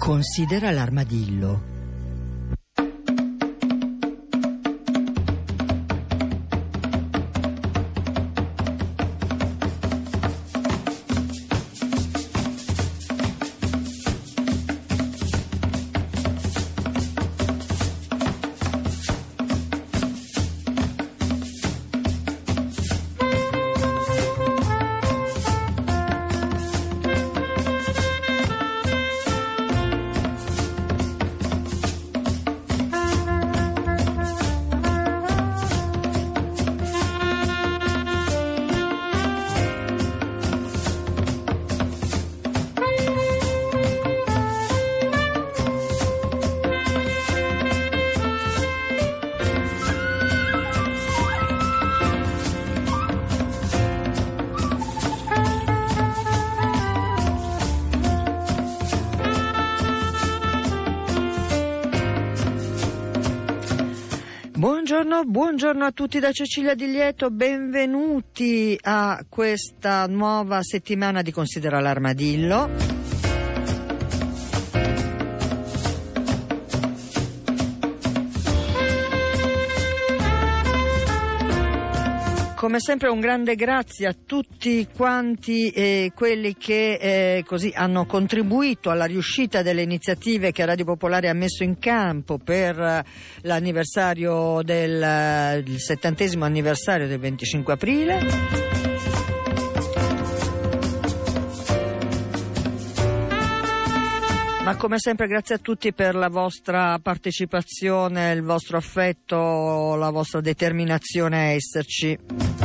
Considera l'armadillo. Buongiorno a tutti da Cecilia Di Lieto, benvenuti a questa nuova settimana di Considera l'armadillo. Come sempre un grande grazie a tutti quanti quelli che così hanno contribuito alla riuscita delle iniziative che Radio Popolare ha messo in campo per l'anniversario il 70° anniversario del 25 aprile. Ma come sempre grazie a tutti per la vostra partecipazione, il vostro affetto, la vostra determinazione a esserci.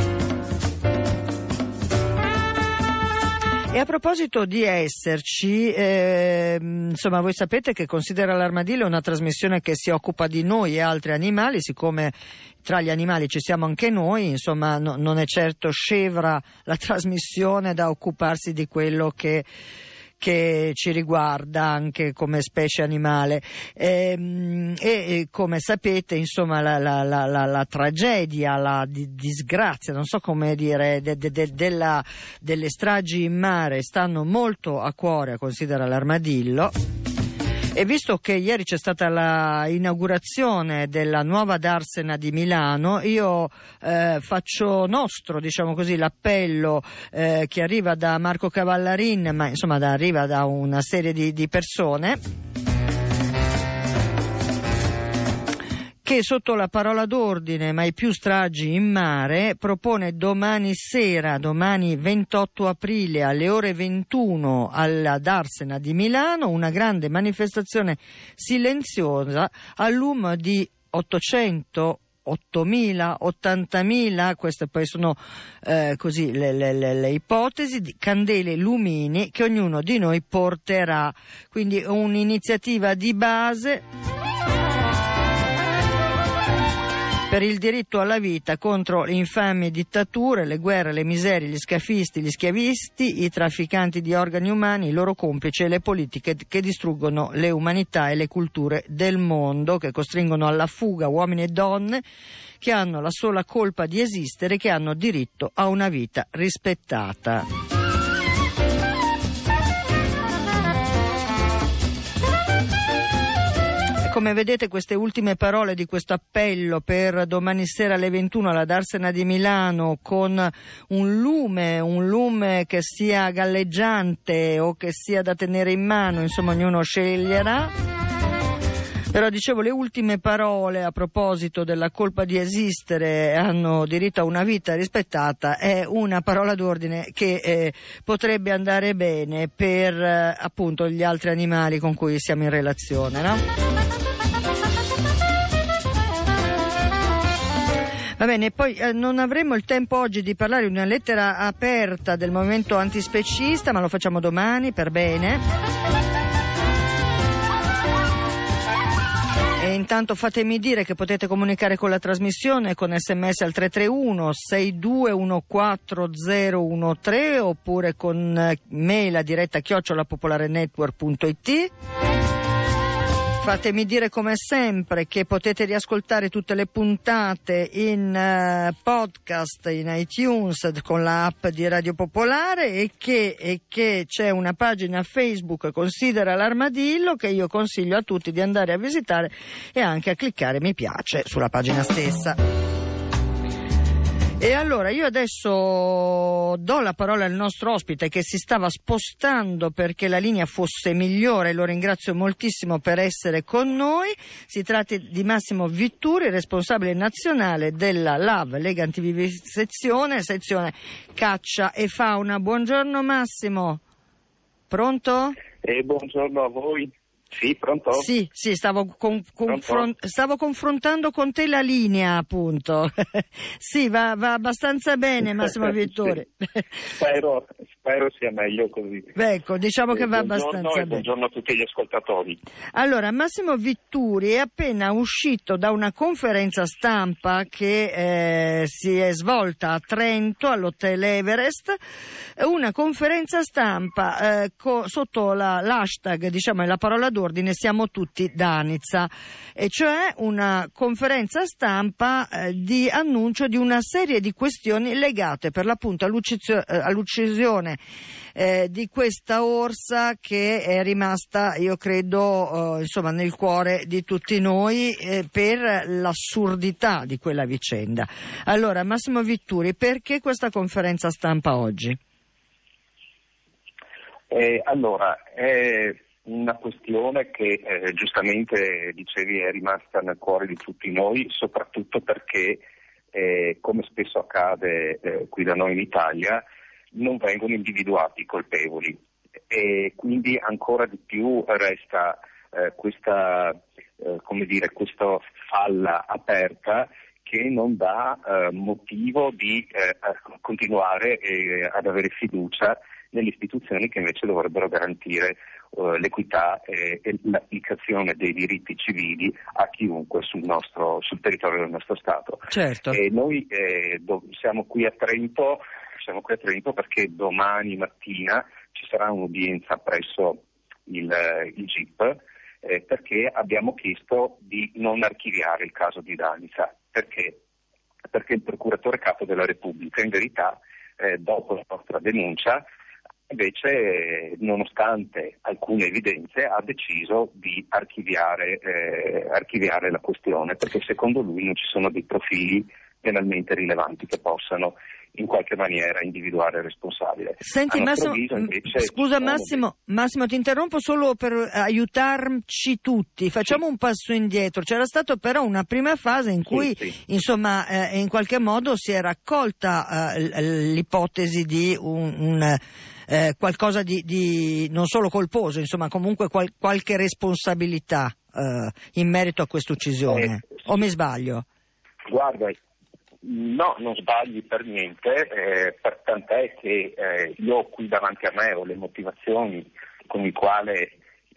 E a proposito di esserci, insomma voi sapete che Considera l'armadillo è una trasmissione che si occupa di noi e altri animali, siccome tra gli animali ci siamo anche noi, insomma non è certo scevra la trasmissione da occuparsi di quello che ci riguarda anche come specie animale e come sapete insomma la tragedia, la disgrazia, non so come dire, delle stragi in mare stanno molto a cuore a Considera l'armadillo. E visto che ieri c'è stata la inaugurazione della nuova Darsena di Milano, io faccio nostro, diciamo così, l'appello che arriva da Marco Cavallarin, ma insomma arriva da una serie di persone, che sotto la parola d'ordine mai più stragi in mare propone domani 28 aprile alle ore 21 alla Darsena di Milano una grande manifestazione silenziosa a lume di 800 8.000, 80.000, queste poi sono così le ipotesi, di candele lumini che ognuno di noi porterà. Quindi un'iniziativa di base per il diritto alla vita contro le infami dittature, le guerre, le miserie, gli scafisti, gli schiavisti, i trafficanti di organi umani, i loro complici e le politiche che distruggono le umanità e le culture del mondo, che costringono alla fuga uomini e donne che hanno la sola colpa di esistere e che hanno diritto a una vita rispettata. Come vedete, queste ultime parole di questo appello per domani sera alle 21 alla Darsena di Milano, con un lume che sia galleggiante o che sia da tenere in mano, insomma ognuno sceglierà. Però dicevo, le ultime parole a proposito della colpa di esistere, hanno diritto a una vita rispettata, è una parola d'ordine che potrebbe andare bene per appunto gli altri animali con cui siamo in relazione, no? Va bene, poi non avremo il tempo oggi di parlare di una lettera aperta del movimento antispecista, ma lo facciamo domani per bene. E intanto fatemi dire che potete comunicare con la trasmissione con sms al 331 6214013 oppure con mail a diretta @popolarenetwork.it. Fatemi dire come sempre che potete riascoltare tutte le puntate in podcast, in iTunes con la app di Radio Popolare e che c'è una pagina Facebook Considera l'Armadillo che io consiglio a tutti di andare a visitare e anche a cliccare mi piace sulla pagina stessa. E allora io adesso do la parola al nostro ospite che si stava spostando perché la linea fosse migliore, lo ringrazio moltissimo per essere con noi. Si tratta di Massimo Vitturi, responsabile nazionale della LAV, Lega Antivivisezione, sezione Caccia e Fauna. Buongiorno Massimo, pronto? Buongiorno a voi. Sì, pronto? Sì, stavo confrontando con te la linea, appunto. Sì, va abbastanza bene, Massimo Vitturi. Spero sia meglio così. Ecco, diciamo che va abbastanza bene. Buongiorno a tutti gli ascoltatori. Allora, Massimo Vitturi è appena uscito da una conferenza stampa che si è svolta a Trento, all'Hotel Everest, una conferenza stampa sotto l'hashtag, diciamo, la parola d'ordine Siamo tutti Danica, e cioè una conferenza stampa di annuncio di una serie di questioni legate per l'appunto all'uccisione di questa orsa che è rimasta, io credo, insomma, nel cuore di tutti noi per l'assurdità di quella vicenda. Allora, Massimo Vitturi, perché questa conferenza stampa oggi? Allora, è una questione che giustamente dicevi è rimasta nel cuore di tutti noi, soprattutto perché, come spesso accade qui da noi in Italia, non vengono individuati i colpevoli e quindi ancora di più resta questa falla aperta che non dà motivo di continuare ad avere fiducia nelle istituzioni che invece dovrebbero garantire l'equità e l'applicazione dei diritti civili a chiunque sul territorio del nostro Stato. Certo. E noi siamo qui a Trento perché domani mattina ci sarà un'udienza presso il GIP perché abbiamo chiesto di non archiviare il caso di Danica. Perché il procuratore capo della Repubblica in verità dopo la nostra denuncia invece, nonostante alcune evidenze, ha deciso di archiviare la questione perché secondo lui non ci sono dei profili penalmente rilevanti che possano in qualche maniera individuare il responsabile. Senti Massimo, scusa Massimo, ti interrompo solo per aiutarci tutti. Facciamo un passo indietro. C'era stato però una prima fase in cui insomma in qualche modo si è raccolta l'ipotesi di un qualcosa di non solo colposo, insomma comunque qualche responsabilità in merito a questa uccisione. O mi sbaglio? Guarda, no, non sbagli per niente, per tant'è che io ho qui davanti a me ho le motivazioni con il quale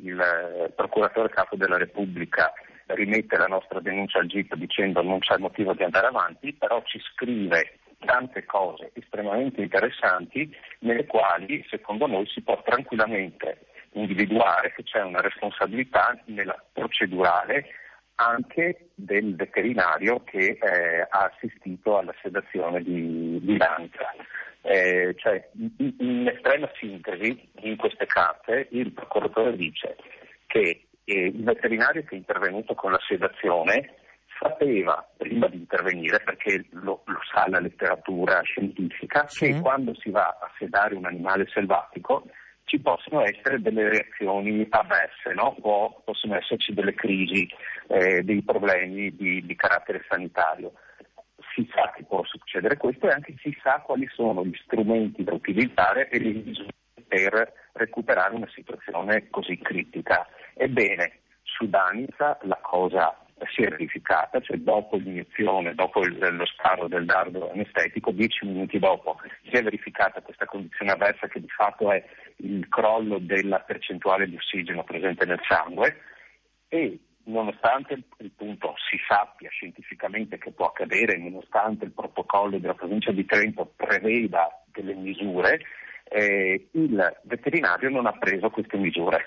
il procuratore capo della Repubblica rimette la nostra denuncia al GIP dicendo non c'è motivo di andare avanti, però ci scrive tante cose estremamente interessanti nelle quali secondo noi si può tranquillamente individuare che c'è una responsabilità nella procedurale anche del veterinario che ha assistito alla sedazione di Danica. Cioè, in estrema sintesi, in queste carte, il procuratore dice che il veterinario che è intervenuto con la sedazione sapeva, prima di intervenire, perché lo sa la letteratura scientifica, che quando si va a sedare un animale selvatico ci possono essere delle reazioni avverse, no? Possono esserci delle crisi, dei problemi di carattere sanitario. Si sa che può succedere questo e anche si sa quali sono gli strumenti da utilizzare e le misure per recuperare una situazione così critica. Ebbene, su Danica la cosa si è verificata, cioè dopo l'iniezione, dopo lo sparo del dardo anestetico, 10 minuti dopo si è verificata questa condizione avversa che di fatto è il crollo della percentuale di ossigeno presente nel sangue e nonostante il punto si sappia scientificamente che può accadere, nonostante il protocollo della provincia di Trento preveda delle misure, il veterinario non ha preso queste misure.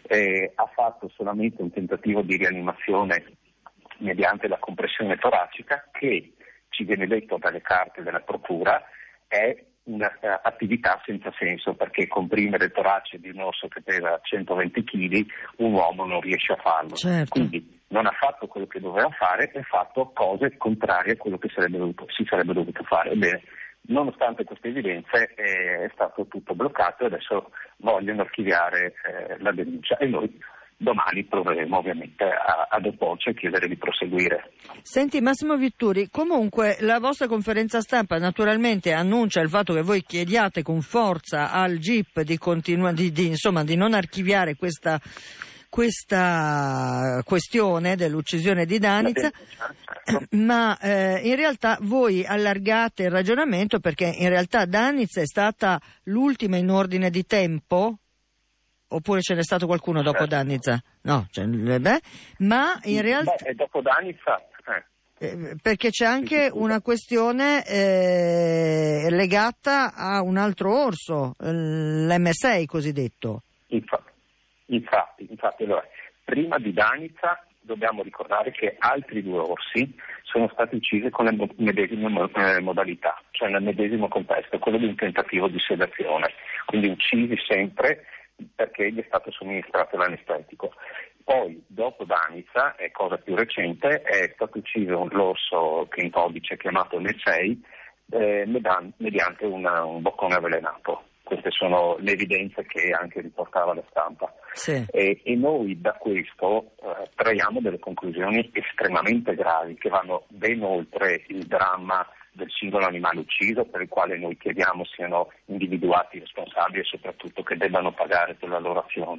ha fatto solamente un tentativo di rianimazione mediante la compressione toracica, che ci viene detto dalle carte della procura è un'attività senza senso, perché comprimere il torace di un orso che pesa 120 kg un uomo non riesce a farlo. Certo. Quindi non ha fatto quello che doveva fare e ha fatto cose contrarie a quello che si sarebbe dovuto fare. Ebbene, nonostante queste evidenze è stato tutto bloccato e adesso vogliono archiviare la denuncia e noi domani proveremo ovviamente ad opporci e chiedere di proseguire. Senti Massimo Vitturi, comunque la vostra conferenza stampa naturalmente annuncia il fatto che voi chiediate con forza al GIP di non archiviare questa questione dell'uccisione di Danica, ma in realtà voi allargate il ragionamento, perché in realtà Danica è stata l'ultima in ordine di tempo. Oppure ce n'è stato qualcuno dopo Danica? No, ma in realtà... dopo Danica... perché c'è anche una questione legata a un altro orso, l'M6 cosiddetto. Infatti, allora, prima di Danica dobbiamo ricordare che altri 2 orsi sono stati uccisi con le medesime modalità, cioè nel medesimo contesto, quello di un tentativo di sedazione, quindi uccisi sempre perché gli è stato somministrato l'anestetico. Poi, dopo Danica, è cosa più recente, è stato ucciso l'orso che in codice è chiamato M6 mediante un boccone avvelenato. Queste sono le evidenze che anche riportava la stampa. Sì. E noi da questo traiamo delle conclusioni estremamente gravi che vanno ben oltre il dramma del singolo animale ucciso, per il quale noi chiediamo siano individuati i responsabili e soprattutto che debbano pagare per la loro azione.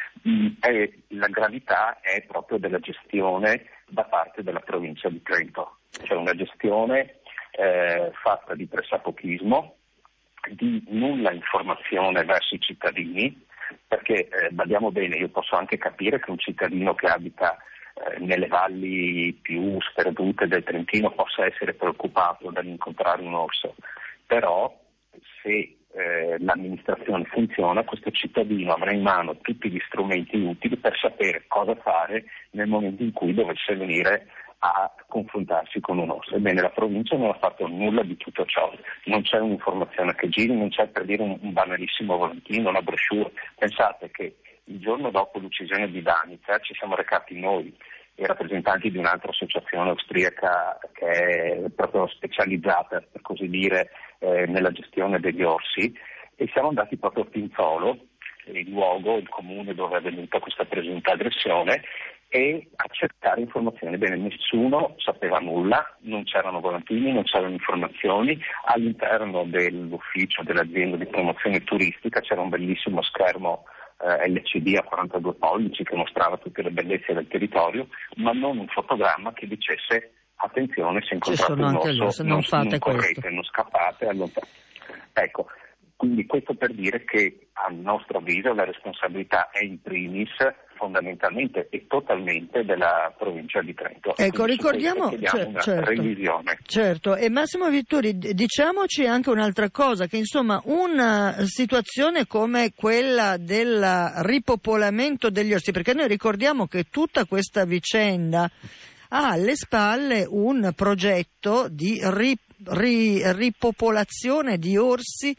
La gravità è proprio della gestione da parte della provincia di Trento, cioè una gestione fatta di pressapochismo, di nulla informazione verso i cittadini, perché badiamo bene, io posso anche capire che un cittadino che abita nelle valli più sperdute del Trentino possa essere preoccupato dall'incontrare un orso, però se l'amministrazione funziona, questo cittadino avrà in mano tutti gli strumenti utili per sapere cosa fare nel momento in cui dovesse venire a confrontarsi con un orso. Ebbene, la provincia non ha fatto nulla di tutto ciò, non c'è un'informazione che giri, non c'è, per dire, un banalissimo volantino, una brochure. Pensate che il giorno dopo l'uccisione di Danica ci siamo recati noi, i rappresentanti di un'altra associazione austriaca che è proprio specializzata, per così dire, nella gestione degli orsi, e siamo andati proprio a Pinzolo, il luogo, il comune dove è avvenuta questa presunta aggressione, e a cercare informazioni. Bene, nessuno sapeva nulla, non c'erano volantini, non c'erano informazioni. All'interno dell'ufficio dell'azienda di promozione turistica c'era un bellissimo schermo LCD a 42 pollici che mostrava tutte le bellezze del territorio, ma non un fotogramma che dicesse attenzione, se incontrate un orso non correte, non scappate, allontanate. Ecco, quindi questo per dire che a nostro avviso la responsabilità è in primis, fondamentalmente e totalmente, della provincia di Trento. Ecco, ricordiamo una revisione. Certo, e Massimo Vitturi, diciamoci anche un'altra cosa, che insomma una situazione come quella del ripopolamento degli orsi, perché noi ricordiamo che tutta questa vicenda ha alle spalle un progetto di ripopolazione di orsi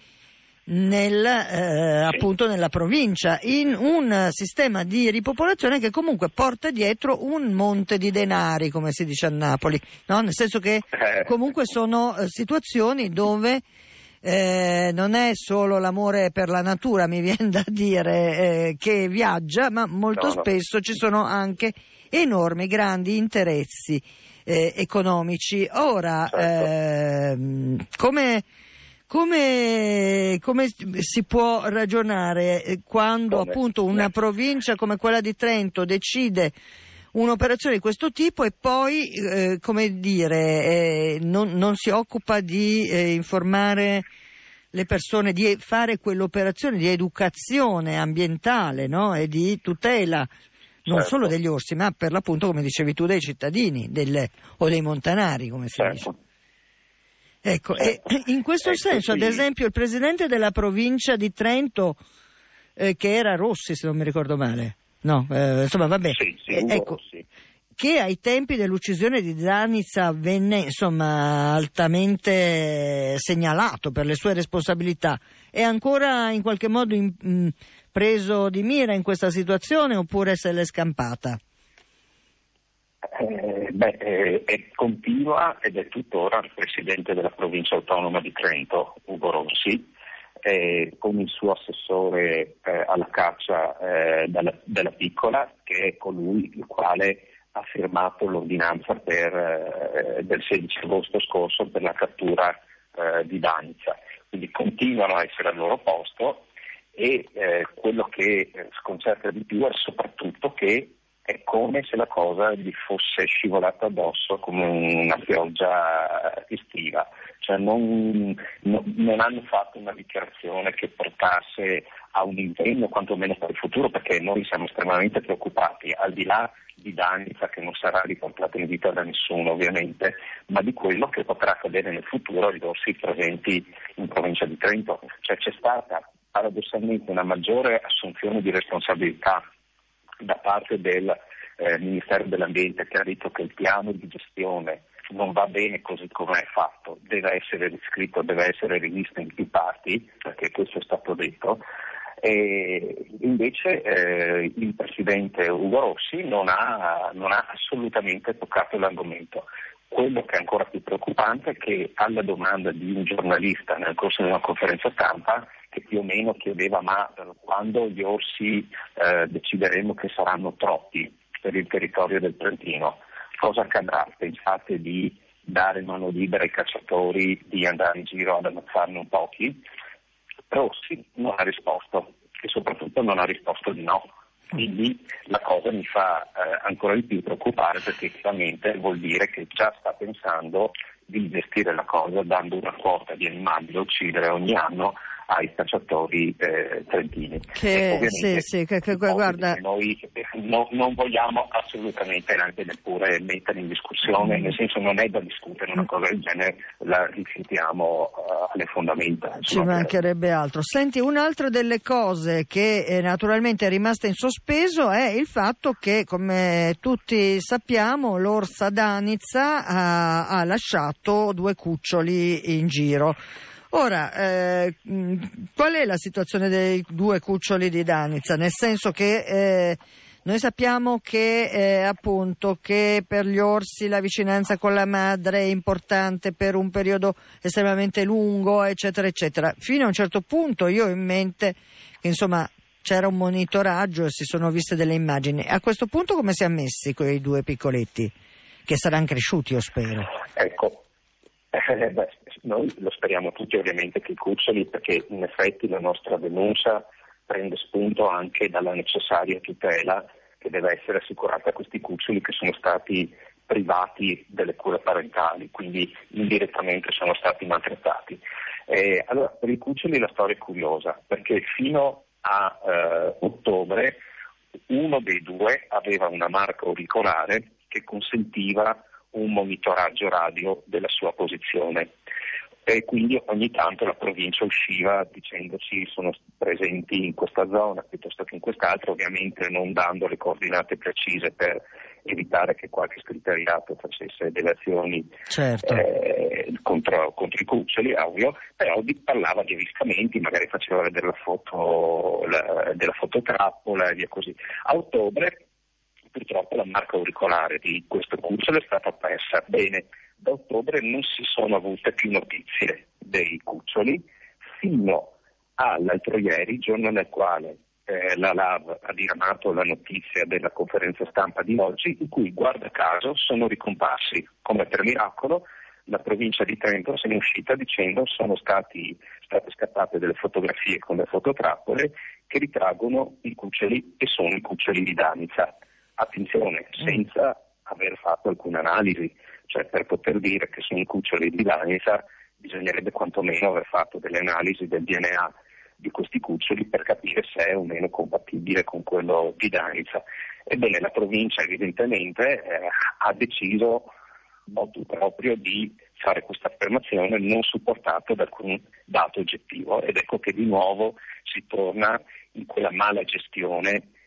appunto nella provincia, in un sistema di ripopolazione che comunque porta dietro un monte di denari, come si dice a Napoli, no? Nel senso che comunque sono situazioni dove non è solo l'amore per la natura, mi viene da dire, che viaggia, ma molto spesso ci sono anche enormi, grandi interessi economici. Ora, come si può ragionare quando appunto una provincia come quella di Trento decide un'operazione di questo tipo e poi non si occupa di informare le persone, di fare quell'operazione di educazione ambientale, no? E di tutela non solo degli orsi, ma per l'appunto, come dicevi tu, dei cittadini o dei montanari, come si dice. Ecco, e in questo senso, ad esempio, il presidente della provincia di Trento, che era Rossi, se non mi ricordo male, No, insomma, vabbè. Sì, ecco, che ai tempi dell'uccisione di Danica venne, insomma, altamente segnalato per le sue responsabilità. È ancora in qualche modo preso di mira in questa situazione oppure se l'è scampata? È continua ed è tuttora il presidente della provincia autonoma di Trento, Ugo Rossi, con il suo assessore alla caccia della Piccola, che è colui il quale ha firmato l'ordinanza del 16 agosto scorso per la cattura di Danica. Quindi continuano a essere al loro posto e quello che sconcerta di più è soprattutto che è come se la cosa gli fosse scivolata addosso come una pioggia estiva. Cioè non hanno fatto una dichiarazione che portasse a un impegno quantomeno per il futuro, perché noi siamo estremamente preoccupati, al di là di Danica che non sarà riportata in vita da nessuno ovviamente, ma di quello che potrà accadere nel futuro ai rossi presenti in provincia di Trento. Cioè c'è stata paradossalmente una maggiore assunzione di responsabilità da parte del Ministero dell'Ambiente, che ha detto che il piano di gestione non va bene così come è fatto, deve essere riscritto, deve essere rivisto in più parti, perché questo è stato detto. E invece il presidente Ugo Rossi non ha assolutamente toccato l'argomento. Quello che è ancora più preoccupante è che alla domanda di un giornalista nel corso di una conferenza stampa, che più o meno chiedeva ma quando gli orsi decideremo che saranno troppi per il territorio del Trentino, cosa accadrà? Pensate di dare mano libera ai cacciatori, di andare in giro ad ammazzarne un pochi? Rossi non ha risposto e soprattutto non ha risposto di no. Quindi la cosa mi fa ancora di più preoccupare, perché chiaramente vuol dire che già sta pensando di gestire la cosa dando una quota di animali da uccidere ogni anno ai cacciatori trentini. Guarda, che noi non vogliamo assolutamente neppure mettere in discussione, nel senso non è da discutere una cosa del genere, la rifiutiamo alle fondamenta. Ci mancherebbe altro. Senti, un'altra delle cose che naturalmente è rimasta in sospeso è il fatto che, come tutti sappiamo, l'orsa Danica ha lasciato 2 cuccioli in giro. Ora, qual è la situazione dei 2 cuccioli di Danica? Nel senso che noi sappiamo che appunto che per gli orsi la vicinanza con la madre è importante per un periodo estremamente lungo, eccetera, eccetera. Fino a un certo punto io ho in mente che insomma c'era un monitoraggio e si sono viste delle immagini. A questo punto come si è messi quei 2 piccoletti? Che saranno cresciuti, io spero. Ecco. Noi lo speriamo tutti ovviamente che i cuccioli, perché in effetti la nostra denuncia prende spunto anche dalla necessaria tutela che deve essere assicurata a questi cuccioli che sono stati privati delle cure parentali, quindi indirettamente sono stati maltrattati. Allora, per i cuccioli la storia è curiosa, perché fino a ottobre uno dei 2 aveva una marca auricolare che consentiva un monitoraggio radio della sua posizione e quindi ogni tanto la provincia usciva dicendoci sono presenti in questa zona piuttosto che in quest'altra, ovviamente non dando le coordinate precise per evitare che qualche scriteriato facesse delle azioni contro i cuccioli, ovvio, però parlava di avvistamenti, magari faceva vedere della fototrappola e via così. A ottobre purtroppo la marca auricolare di questo cucciolo è stata persa. Bene, da ottobre non si sono avute più notizie dei cuccioli fino all'altro ieri, giorno nel quale la LAV ha diramato la notizia della conferenza stampa di oggi, in cui guarda caso sono ricomparsi. Come per miracolo la provincia di Trento se ne è uscita dicendo sono state scattate delle fotografie con le fototrappole che ritraggono i cuccioli e sono i cuccioli di Danica. Attenzione, senza aver fatto alcuna analisi, cioè per poter dire che sono i cuccioli di Danica bisognerebbe quantomeno aver fatto delle analisi del DNA di questi cuccioli per capire se è o meno compatibile con quello di Danica. Ebbene, la provincia evidentemente ha deciso motu proprio di fare questa affermazione non supportata da alcun dato oggettivo, ed ecco che di nuovo si torna in quella mala gestione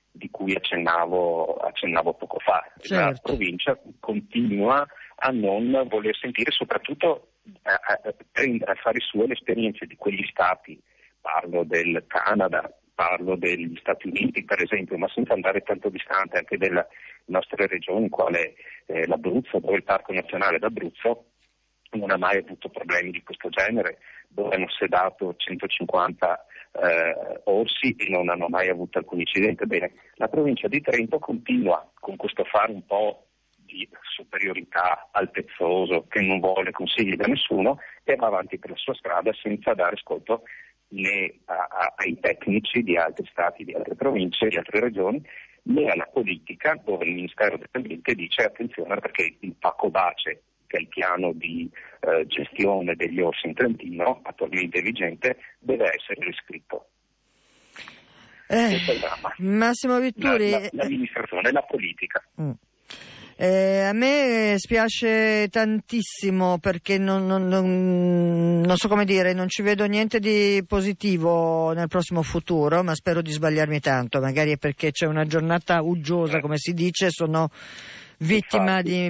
di cui accennavo poco fa. Certo. La provincia continua a non voler sentire, soprattutto a prendere a fare sue le esperienze di quegli stati, parlo del Canada, parlo degli Stati Uniti per esempio, ma senza andare tanto distante, anche delle nostre regioni, quale l'Abruzzo, dove il Parco Nazionale d'Abruzzo non ha mai avuto problemi di questo genere, dove hanno sedato 150 orsi e non hanno mai avuto alcun incidente. Bene, la provincia di Trento continua con questo fare un po' di superiorità altezzoso, che non vuole consigli da nessuno, e va avanti per la sua strada senza dare ascolto né ai tecnici di altri stati, di altre province, di altre regioni, né alla politica, dove il Ministero dell'Ambiente dice attenzione perché il Pacco Bace, che è il piano di gestione degli orsi in Trentino, attualmente vigente, deve essere riscritto. Questo è il dramma. Massimo Vitturi, l'amministrazione e la politica. A me spiace tantissimo perché non so come dire, non ci vedo niente di positivo nel prossimo futuro, ma spero di sbagliarmi tanto, magari è perché c'è una giornata uggiosa, come si dice, sono vittima di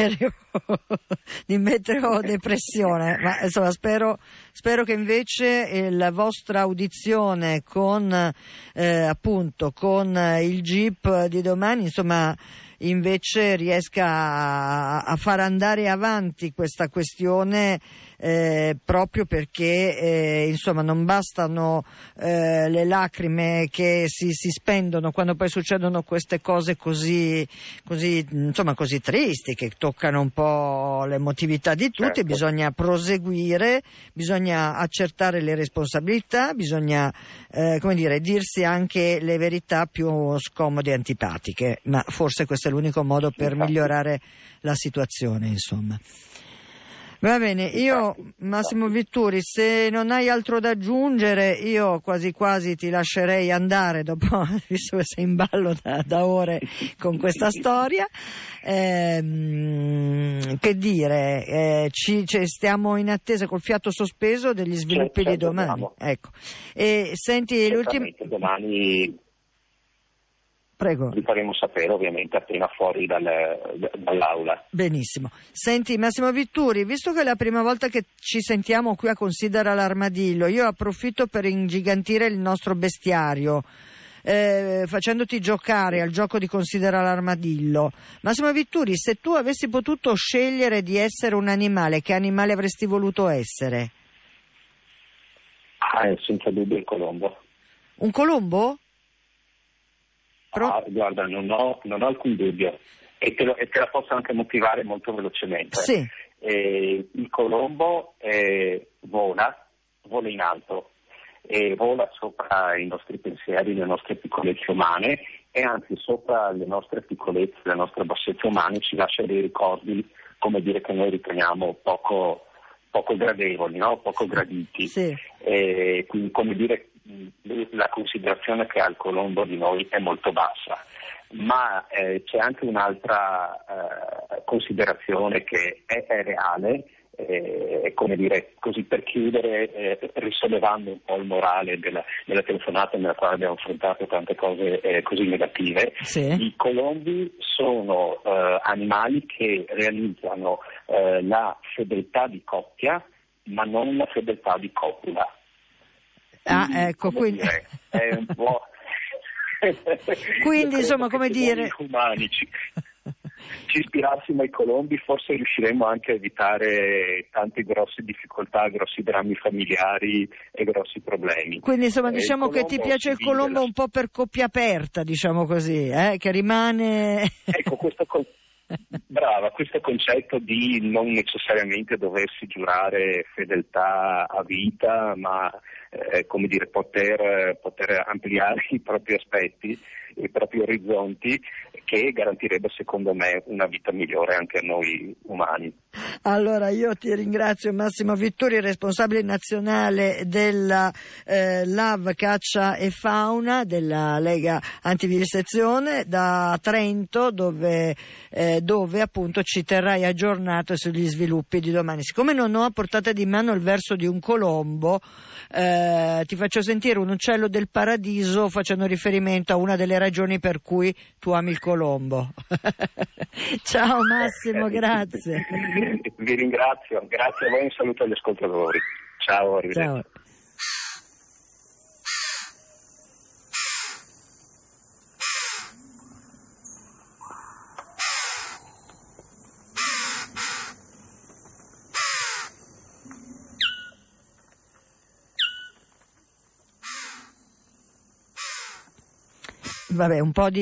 meteodepressione, ma insomma spero che invece la vostra audizione con appunto con il GIP di domani, insomma, invece riesca a far andare avanti questa questione, proprio perché insomma non bastano le lacrime che si spendono quando poi succedono queste cose così tristi, che toccano un po' l'emotività di tutti. Certo. Bisogna proseguire, bisogna accertare le responsabilità, bisogna dirsi anche le verità più scomode e antipatiche, ma forse questo è l'unico modo per migliorare la situazione, insomma. Va bene, io Massimo Vitturi, se non hai altro da aggiungere, io quasi quasi ti lascerei andare dopo, visto che sei in ballo da ore con questa storia. Che dire, stiamo in attesa col fiato sospeso degli sviluppi di domani. Ecco. E senti l'ultimo. Domani. Prego. Vi faremo sapere ovviamente appena fuori dall'aula. Benissimo. Senti Massimo Vitturi, visto che è la prima volta che ci sentiamo qui a Considera l'Armadillo, io approfitto per ingigantire il nostro bestiario, facendoti giocare al gioco di Considera l'Armadillo. Massimo Vitturi, se tu avessi potuto scegliere di essere un animale, che animale avresti voluto essere? Senza dubbio il colombo. Un colombo? Guarda, non ho alcun dubbio e te la posso anche motivare molto velocemente. Sì. Il colombo vola in alto e vola sopra i nostri pensieri, le nostre piccolezze umane, e anzi sopra le nostre piccolezze, le nostre bassezze umane ci lascia dei ricordi, come dire, che noi riteniamo poco gradevoli, no? Poco graditi. Sì. Quindi, come dire, la considerazione che ha il colombo di noi è molto bassa, ma c'è anche un'altra considerazione che è reale, come dire, così per chiudere, risollevando un po' il morale della telefonata nella quale abbiamo affrontato tante cose così negative. Sì. I colombi sono animali che realizzano la fedeltà di coppia, ma non la fedeltà di copula. Ecco, quindi è un po'. Quindi insomma, come dire, umani ci ispirassimo ai colombi, forse riusciremo anche a evitare tante grosse difficoltà, grossi drammi familiari e grossi problemi. Quindi insomma diciamo che ti piace il colombo un po' per coppia aperta, diciamo così, che rimane. Ecco, questo concetto di non necessariamente doversi giurare fedeltà a vita, ma come dire, poter ampliare i propri aspetti, i propri orizzonti, che garantirebbe secondo me una vita migliore anche a noi umani. Allora io ti ringrazio Massimo Vitturi, responsabile nazionale della LAV Caccia e Fauna della Lega Antivivisezione da Trento, dove appunto ci terrai aggiornato sugli sviluppi di domani. Siccome non ho a portata di mano il verso di un colombo, ti faccio sentire un uccello del paradiso facendo riferimento a una delle ragioni per cui tu ami il Colombo. Ciao Massimo, grazie. Vi ringrazio, grazie a voi, un saluto agli ascoltatori. Ciao, arrivederci. Ciao. Vabbè, un po'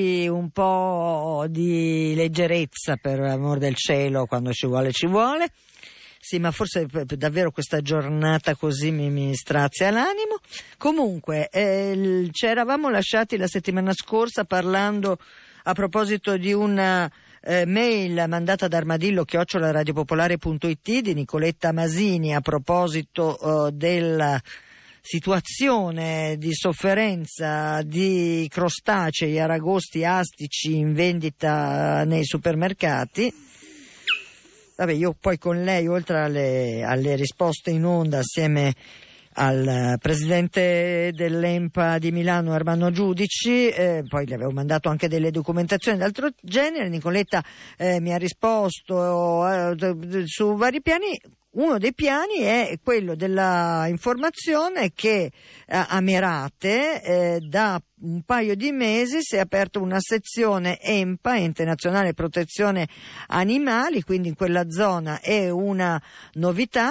di leggerezza, per amor del cielo, quando ci vuole ci vuole. Sì, ma forse davvero questa giornata così mi strazia l'animo. Comunque, ci eravamo lasciati la settimana scorsa parlando a proposito di una mail mandata da armadillo@radiopopolare.it di Nicoletta Masini a proposito della situazione di sofferenza di crostacei, aragosti, astici in vendita nei supermercati. Vabbè, io poi con lei, oltre alle risposte in onda, assieme al presidente dell'ENPA di Milano Ermanno Giudici, poi gli avevo mandato anche delle documentazioni d'altro genere. Nicoletta mi ha risposto su vari piani. Uno dei piani è quello della informazione che a Merate da un paio di mesi si è aperta una sezione ENPA, Ente Nazionale Protezione Animali, quindi in quella zona è una novità.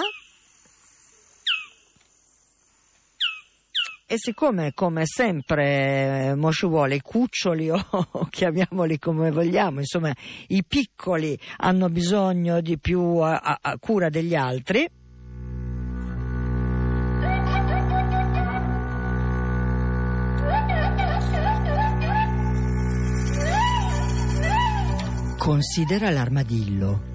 E siccome, come sempre, mo ci vuole, i cuccioli o chiamiamoli come vogliamo, insomma, i piccoli hanno bisogno di più cura degli altri. Considera l'armadillo.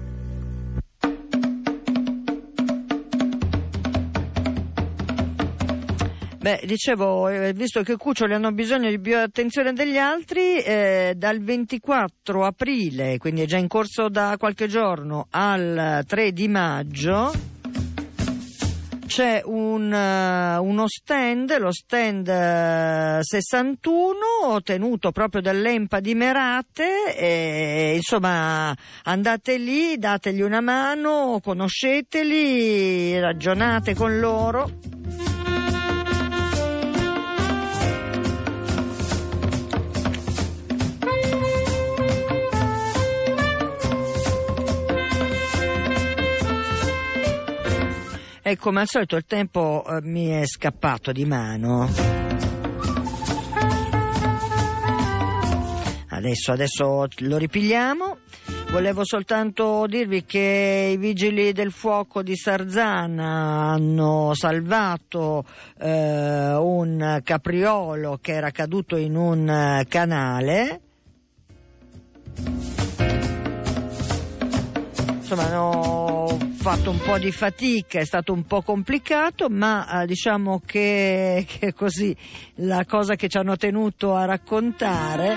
Beh, dicevo, visto che i cuccioli hanno bisogno di più attenzione degli altri, dal 24 aprile, quindi è già in corso da qualche giorno, al 3 di maggio, c'è uno stand, lo stand 61, tenuto proprio dall'ENPA di Merate, insomma andate lì, dategli una mano, conosceteli, ragionate con loro. E come al solito il tempo mi è scappato di mano. Adesso lo ripigliamo. Volevo soltanto dirvi che i vigili del fuoco di Sarzana hanno salvato un capriolo che era caduto in un canale. Insomma, hanno fatto un po' di fatica, è stato un po' complicato, ma diciamo che così la cosa che ci hanno tenuto a raccontare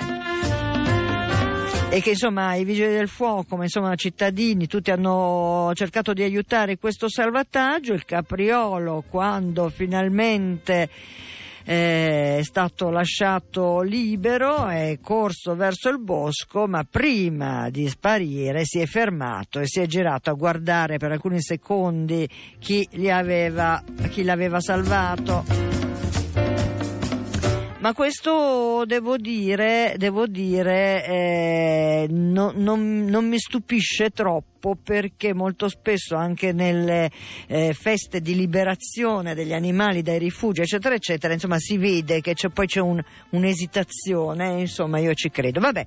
è che insomma i vigili del fuoco, ma insomma cittadini, tutti hanno cercato di aiutare questo salvataggio. Il capriolo, quando finalmente è stato lasciato libero, è corso verso il bosco, ma prima di sparire si è fermato e si è girato a guardare per alcuni secondi chi l'aveva salvato. Ma questo devo dire non mi stupisce troppo, perché molto spesso anche nelle feste di liberazione degli animali dai rifugi eccetera eccetera, insomma si vede che c'è un'esitazione, insomma io ci credo. Va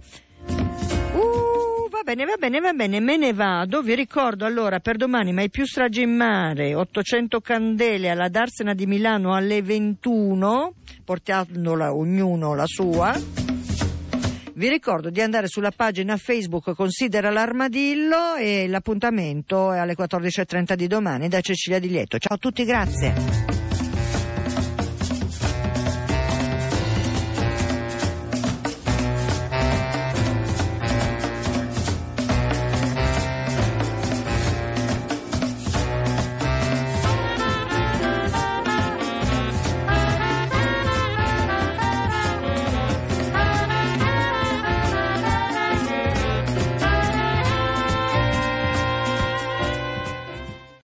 bene, me ne vado. Vi ricordo allora per domani Mai più stragi in mare, 800 candele alla Darsena di Milano alle 21, portandola ognuno la sua. Vi ricordo di andare sulla pagina Facebook Considera l'armadillo, e l'appuntamento è alle 14:30 di domani da Cecilia Di Lieto. Ciao a tutti, grazie.